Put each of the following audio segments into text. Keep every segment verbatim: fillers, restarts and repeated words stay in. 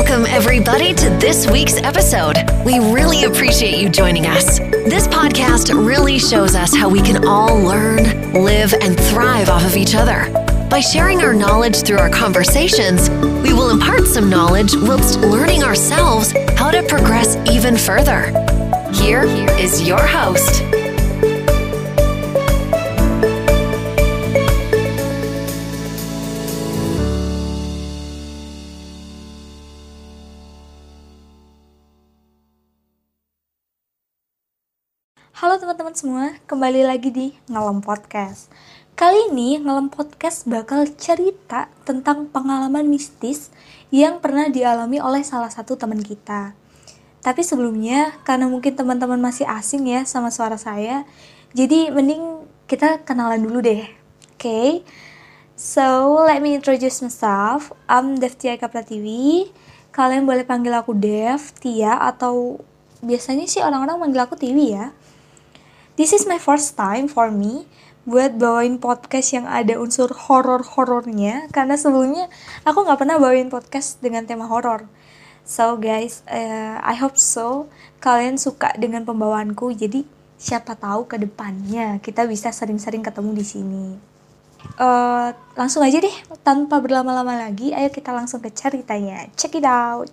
Welcome, everybody, to this week's episode. We really appreciate you joining us. This podcast really shows us how we can all learn, live, and thrive off of each other. By sharing our knowledge through our conversations, we will impart some knowledge whilst learning ourselves how to progress even further. Here is your host. Halo teman-teman semua, kembali lagi di Ngelem Podcast. Kali ini Ngelem Podcast bakal cerita tentang pengalaman mistis yang pernah dialami oleh salah satu teman kita. Tapi sebelumnya, karena mungkin teman-teman masih asing ya sama suara saya, jadi mending kita kenalan dulu deh. Oke, okay? So let me introduce myself. I'm Dev Tia Pratiwi. Kalian boleh panggil aku Dev, Tia, atau biasanya sih orang-orang manggil aku Tiwi ya. This is my first time for me buat bawain podcast yang ada unsur horor-horornya, karena sebelumnya aku gak pernah bawain podcast dengan tema horor. So guys, uh, I hope so kalian suka dengan pembawaanku, jadi siapa tahu ke depannya kita bisa sering-sering ketemu di sini. Uh, langsung aja deh, tanpa berlama-lama lagi, ayo kita langsung ke ceritanya. Check it out.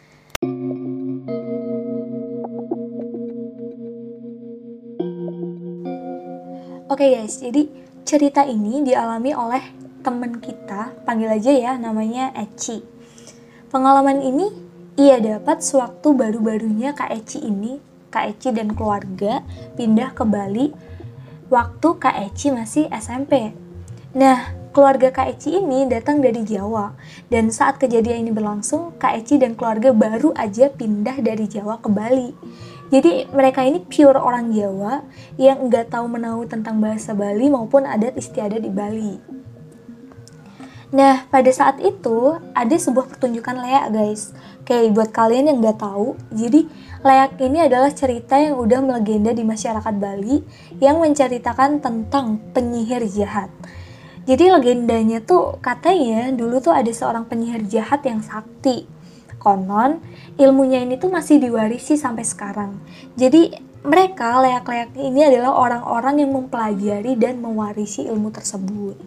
Oke okay guys, jadi cerita ini dialami oleh teman kita, panggil aja ya namanya Eci. Pengalaman ini ia dapat sewaktu baru-barunya Kak Eci ini, Kak Eci dan keluarga pindah ke Bali waktu Kak Eci masih S M P. Nah, keluarga Kak Eci ini datang dari Jawa, dan saat kejadian ini berlangsung, Kak Eci dan keluarga baru aja pindah dari Jawa ke Bali. Jadi mereka ini pure orang Jawa yang nggak tahu menahu tentang bahasa Bali maupun adat istiadat di Bali. Nah, pada saat itu ada sebuah pertunjukan leak guys. Oke, buat kalian yang nggak tahu, jadi leak ini adalah cerita yang udah melegenda di masyarakat Bali yang menceritakan tentang penyihir jahat. Jadi legendanya tuh katanya dulu tuh ada seorang penyihir jahat yang sakti. Konon, ilmunya ini tuh masih diwarisi sampai sekarang. Jadi mereka, leak-leak ini adalah orang-orang yang mempelajari dan mewarisi ilmu tersebut.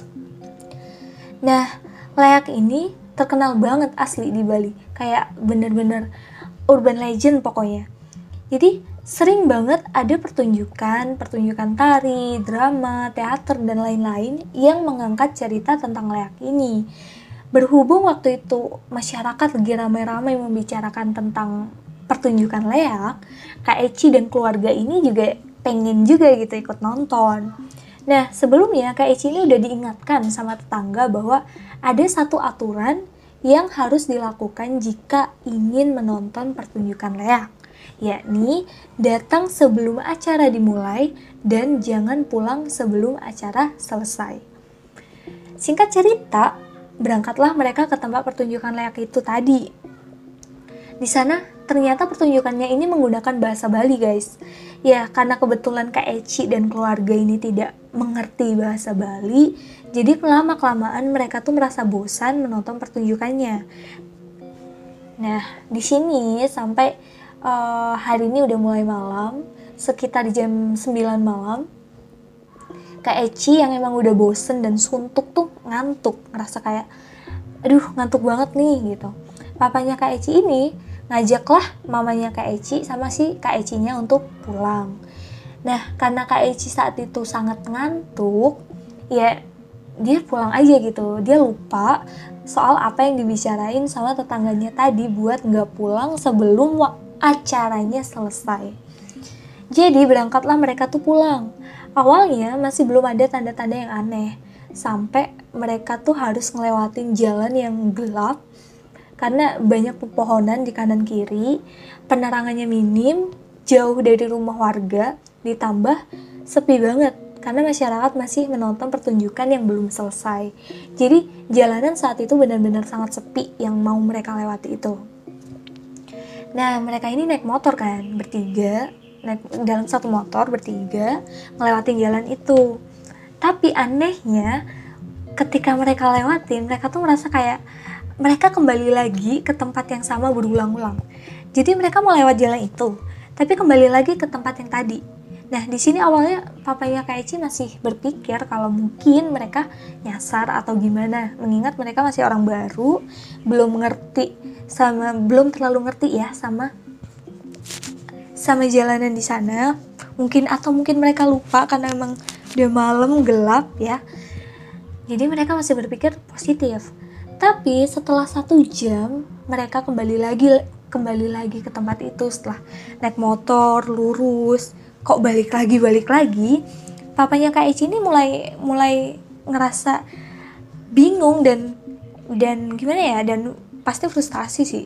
Nah, leak ini terkenal banget asli di Bali. Kayak bener-bener urban legend pokoknya. Jadi sering banget ada pertunjukan, pertunjukan tari, drama, teater, dan lain-lain yang mengangkat cerita tentang leak ini. Berhubung waktu itu masyarakat lagi ramai-ramai membicarakan tentang pertunjukan leak, Kak Eci dan keluarga ini juga pengen juga gitu ikut nonton. Nah, sebelumnya Kak Eci ini udah diingatkan sama tetangga bahwa ada satu aturan yang harus dilakukan jika ingin menonton pertunjukan leak, yakni datang sebelum acara dimulai dan jangan pulang sebelum acara selesai. Singkat cerita, berangkatlah mereka ke tempat pertunjukan leak itu tadi. Di sana ternyata pertunjukannya ini menggunakan bahasa Bali guys. Ya, karena kebetulan Kak Eci dan keluarga ini tidak mengerti bahasa Bali, jadi lama-kelamaan mereka tuh merasa bosan menonton pertunjukannya. Nah, di sini sampai uh, hari ini udah mulai malam, sekitar jam sembilan malam. Kak Eci yang emang udah bosen dan suntuk tuh ngantuk, ngerasa kayak aduh ngantuk banget nih gitu. Papanya Kak Eci ini ngajaklah mamanya Kak Eci sama si Kak Ecinya untuk pulang. Nah, karena Kak Eci saat itu sangat ngantuk, ya dia pulang aja gitu. Dia lupa soal apa yang dibicarain sama tetangganya tadi buat gak pulang sebelum acaranya selesai. Jadi berangkatlah mereka tuh pulang. Awalnya masih belum ada tanda-tanda yang aneh, sampai mereka tuh harus ngelewatin jalan yang gelap karena banyak pepohonan di kanan kiri, penerangannya minim, jauh dari rumah warga, ditambah sepi banget karena masyarakat masih menonton pertunjukan yang belum selesai. Jadi jalanan saat itu benar-benar sangat sepi yang mau mereka lewati itu. Nah, mereka ini naik motor kan, bertiga, naik dalam satu motor bertiga ngelewatin jalan itu. Tapi anehnya ketika mereka lewatin, mereka tuh merasa kayak mereka kembali lagi ke tempat yang sama berulang-ulang. Jadi mereka mau lewat jalan itu, tapi kembali lagi ke tempat yang tadi. Nah, di sini awalnya papanya Kak Eci masih berpikir kalau mungkin mereka nyasar atau gimana, mengingat mereka masih orang baru, belum mengerti sama belum terlalu ngerti ya sama sama jalanan di sana. Mungkin atau mungkin mereka lupa karena emang udah malam gelap ya. Jadi mereka masih berpikir positif. Tapi setelah satu jam mereka kembali lagi kembali lagi ke tempat itu setelah naik motor lurus. Kok balik lagi balik lagi? Papanya Kak Eci ini mulai mulai ngerasa bingung dan dan gimana ya, dan pasti frustasi sih.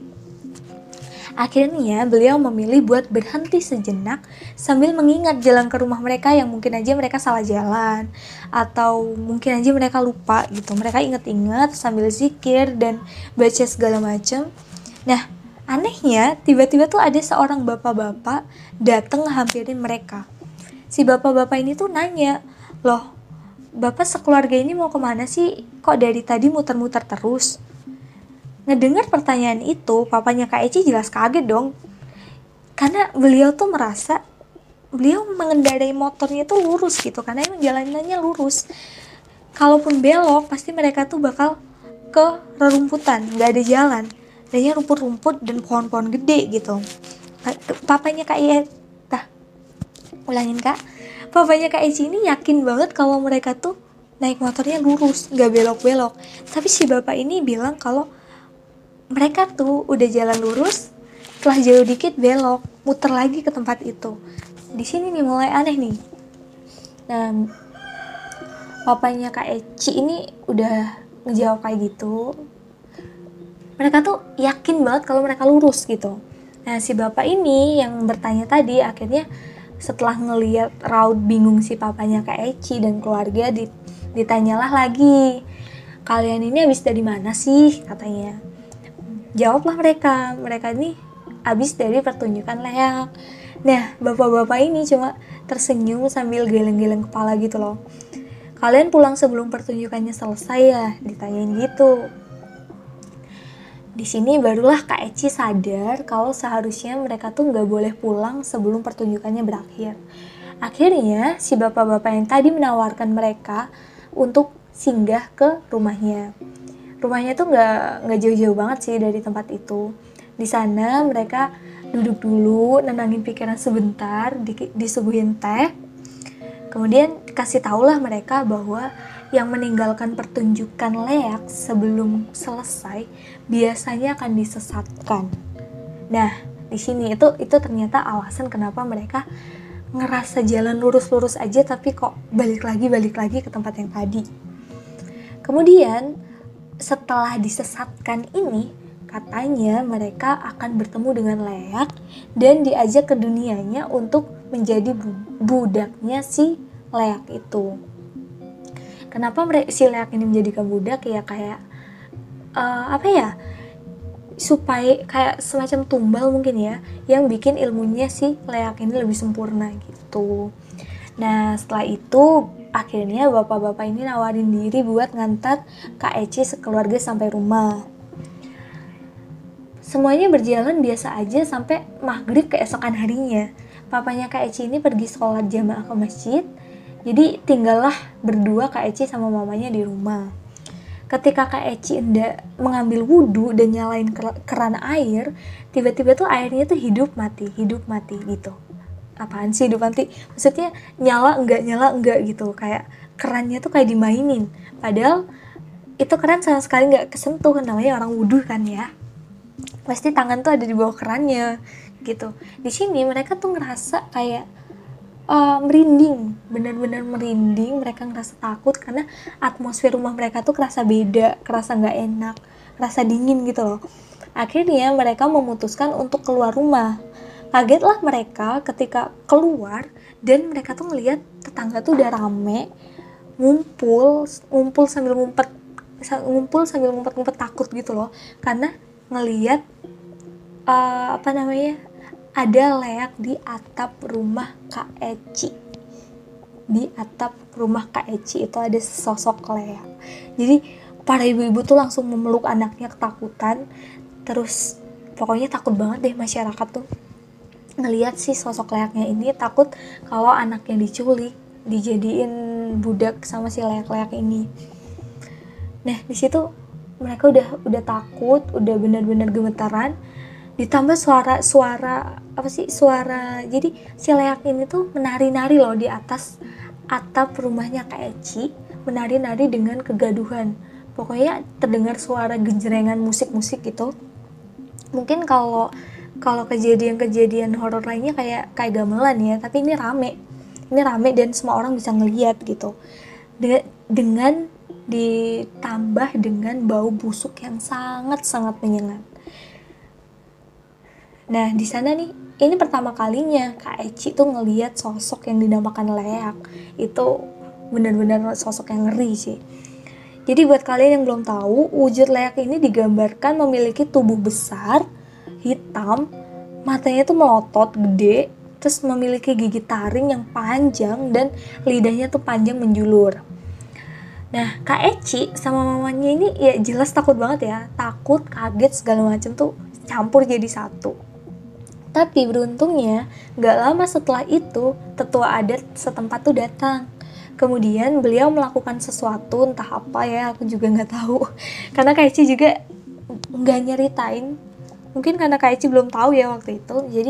Akhirnya beliau memilih buat berhenti sejenak sambil mengingat jalan ke rumah mereka yang mungkin aja mereka salah jalan atau mungkin aja mereka lupa gitu. Mereka inget-inget sambil zikir dan baca segala macam. Nah, anehnya tiba-tiba tuh ada seorang bapak-bapak datang ngehampirin mereka. Si bapak-bapak ini tuh nanya, "Loh, bapak sekeluarga ini mau kemana sih? Kok dari tadi muter-muter terus?" Ngedengar pertanyaan itu, papanya Kak Eci jelas kaget dong. Karena beliau tuh merasa, beliau mengendarai motornya tuh lurus gitu, karena emang jalanannya lurus. Kalaupun belok, pasti mereka tuh bakal ke rerumputan, gak ada jalan. Adanya rumput-rumput dan pohon-pohon gede gitu. Papanya Kak Eci, tah, ulangin Kak. Papanya Kak Eci ini yakin banget kalau mereka tuh naik motornya lurus, gak belok-belok. Tapi si bapak ini bilang kalau mereka tuh udah jalan lurus, setelah jauh dikit belok, muter lagi ke tempat itu. Di sini nih mulai aneh nih. Nah, papanya Kak Eci ini udah ngejawab kayak gitu. Mereka tuh yakin banget kalau mereka lurus gitu. Nah, si bapak ini yang bertanya tadi akhirnya setelah ngeliat raut bingung si papanya Kak Eci dan keluarga, ditanyalah lagi, "Kalian ini habis dari mana sih?" katanya. Jawablah mereka, mereka ini habis dari pertunjukan leak. Nah, bapak-bapak ini cuma tersenyum sambil geleng-geleng kepala gitu loh. "Kalian pulang sebelum pertunjukannya selesai ya?" ditanyain gitu. Di sini barulah Kak Eci sadar kalau seharusnya mereka tuh nggak boleh pulang sebelum pertunjukannya berakhir. Akhirnya si bapak-bapak yang tadi menawarkan mereka untuk singgah ke rumahnya. Rumahnya tuh nggak nggak jauh-jauh banget sih dari tempat itu. Di sana mereka duduk dulu, nenangin pikiran sebentar, di, disuguhin teh. Kemudian kasih taulah mereka bahwa yang meninggalkan pertunjukan leak sebelum selesai biasanya akan disesatkan. Nah, di sini itu itu ternyata alasan kenapa mereka ngerasa jalan lurus-lurus aja tapi kok balik lagi balik lagi ke tempat yang tadi. Kemudian setelah disesatkan ini, katanya mereka akan bertemu dengan leak dan diajak ke dunianya untuk menjadi budaknya si leak itu. Kenapa si leak ini menjadikan budak? Ya kayak uh, apa ya? Supaya kayak semacam tumbal mungkin ya, yang bikin ilmunya si leak ini lebih sempurna gitu. Nah, setelah itu akhirnya bapak-bapak ini nawarin diri buat ngantar Kak Eci sekeluarga sampai rumah. Semuanya berjalan biasa aja sampai maghrib keesokan harinya. Papanya Kak Eci ini pergi sholat jamaah ke masjid, jadi tinggallah berdua Kak Eci sama mamanya di rumah. Ketika Kak Eci hendak mengambil wudhu dan nyalain keran air, tiba-tiba tuh airnya tuh hidup mati, hidup mati gitu. Apaan sih hidup mati? Maksudnya nyala enggak, nyala enggak gitu. Kayak kerannya tuh kayak dimainin. Padahal itu keran sama sekali enggak kesentuh, namanya orang wudhu kan ya. Pasti tangan tuh ada di bawah kerannya gitu. Di sini mereka tuh ngerasa kayak uh, merinding, benar-benar merinding. Mereka ngerasa takut karena atmosfer rumah mereka tuh kerasa beda, kerasa enggak enak, kerasa dingin gitu loh. Akhirnya mereka memutuskan untuk keluar rumah. Kagetlah mereka ketika keluar dan mereka tuh ngelihat tetangga tuh udah rame, ngumpul, ngumpul sambil ngumpet, ngumpul sambil ngumpet-ngumpet takut gitu loh, karena ngelihat uh, apa namanya ada leak di atap rumah Kak Eci. Di atap rumah Kak Eci itu ada sosok leak. Jadi para ibu-ibu tuh langsung memeluk anaknya ketakutan. Terus pokoknya takut banget deh masyarakat tuh ngelihat si sosok leaknya ini, takut kalau anaknya diculik, dijadiin budak sama si leak-leak ini. Nah di situ mereka udah udah takut, udah benar-benar gemetaran. Ditambah suara-suara apa sih suara, jadi si leak ini tuh menari-nari loh di atas atap rumahnya Kak Eci, menari-nari dengan kegaduhan. Pokoknya terdengar suara genjrengan musik-musik gitu. Mungkin kalau kalau kejadian-kejadian horor lainnya kayak kayak gamelan ya, tapi ini rame, ini rame dan semua orang bisa ngelihat gitu. De- dengan ditambah dengan bau busuk yang sangat-sangat menyengat. Nah di sana nih, ini pertama kalinya Kak Eci tuh ngelihat sosok yang dinamakan leak. Itu benar-benar sosok yang ngeri sih. Jadi buat kalian yang belum tahu, wujud leak ini digambarkan memiliki tubuh besar, hitam, matanya tuh melotot, gede, terus memiliki gigi taring yang panjang dan lidahnya tuh panjang menjulur. Nah Kak Eci sama mamanya ini ya jelas takut banget ya, takut, kaget segala macam tuh campur jadi satu. Tapi beruntungnya gak lama setelah itu tetua adat setempat tuh datang. Kemudian beliau melakukan sesuatu, entah apa ya, aku juga gak tahu. Karena Kak Eci juga gak nyeritain. Mungkin karena Kak Eci belum tahu ya waktu itu. Jadi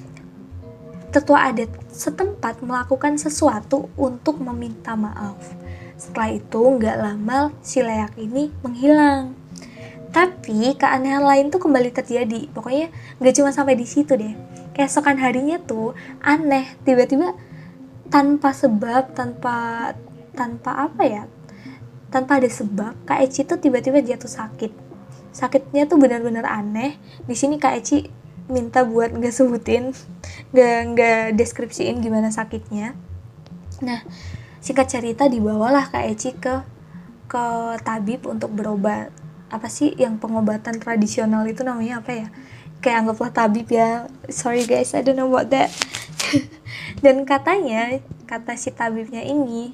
tetua adat setempat melakukan sesuatu untuk meminta maaf. Setelah itu gak lama si leak ini menghilang. Tapi keanehan lain tuh kembali terjadi. Pokoknya gak cuma sampai di situ deh. Keesokan harinya tuh aneh, tiba-tiba tanpa sebab, tanpa tanpa apa ya? Tanpa ada sebab, Kak Eci tuh tiba-tiba jatuh sakit. Sakitnya tuh benar-benar aneh. Di sini Kak Eci minta buat gak sebutin, gak gak deskripsiin gimana sakitnya. Nah, singkat cerita dibawalah Kak Eci ke ke tabib untuk berobat. Apa sih yang pengobatan tradisional itu namanya apa ya? Kayak anggaplah tabib ya. Sorry guys, I don't know about that. Dan katanya, kata si tabibnya ini,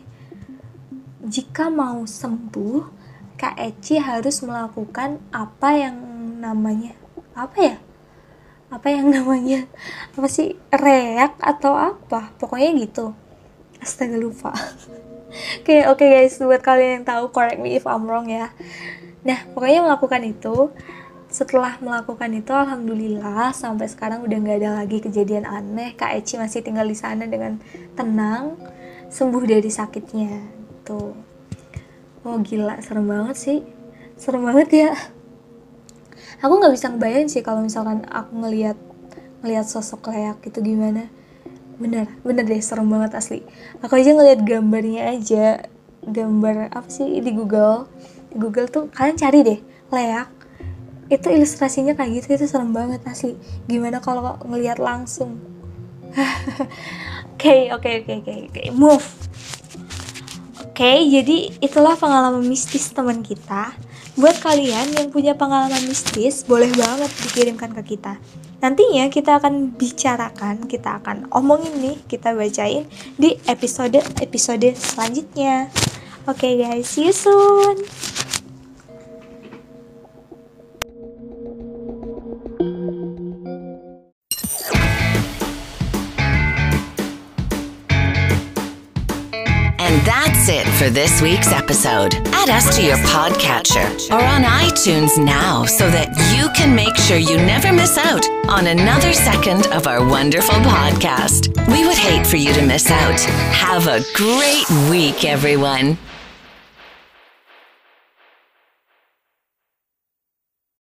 jika mau sembuh, Kak Eci harus melakukan apa yang namanya apa ya? Apa yang namanya? Apa sih? Reak atau apa? Pokoknya gitu. Astaga lupa. Oke, okay, oke okay guys, buat kalian yang tahu, correct me if I'm wrong ya. Nah, pokoknya melakukan itu. Setelah melakukan itu, alhamdulillah sampai sekarang udah gak ada lagi kejadian aneh. Kak Eci masih tinggal di sana dengan tenang, sembuh dari sakitnya. Tuh. Oh gila, serem banget sih. Serem banget ya. Aku gak bisa ngebayangin sih kalau misalkan aku ngelihat ngelihat sosok leak gitu gimana. Bener, bener deh, serem banget asli. Aku aja ngelihat gambarnya aja, gambar apa sih di Google. Di Google tuh kalian cari deh leak, itu ilustrasinya kayak gitu, itu serem banget asli. Gimana kalau ngelihat langsung? Oke oke oke oke oke move. Oke okay, jadi itulah pengalaman mistis teman kita. Buat kalian yang punya pengalaman mistis, boleh banget dikirimkan ke kita. Nantinya kita akan bicarakan, kita akan omongin nih, kita bacain di episode-episode selanjutnya. Oke okay guys, see you soon. That's it for this week's episode. Add us to your podcatcher or on iTunes now so that you can make sure you never miss out on another second of our wonderful podcast. We would hate for you to miss out. Have a great week, everyone.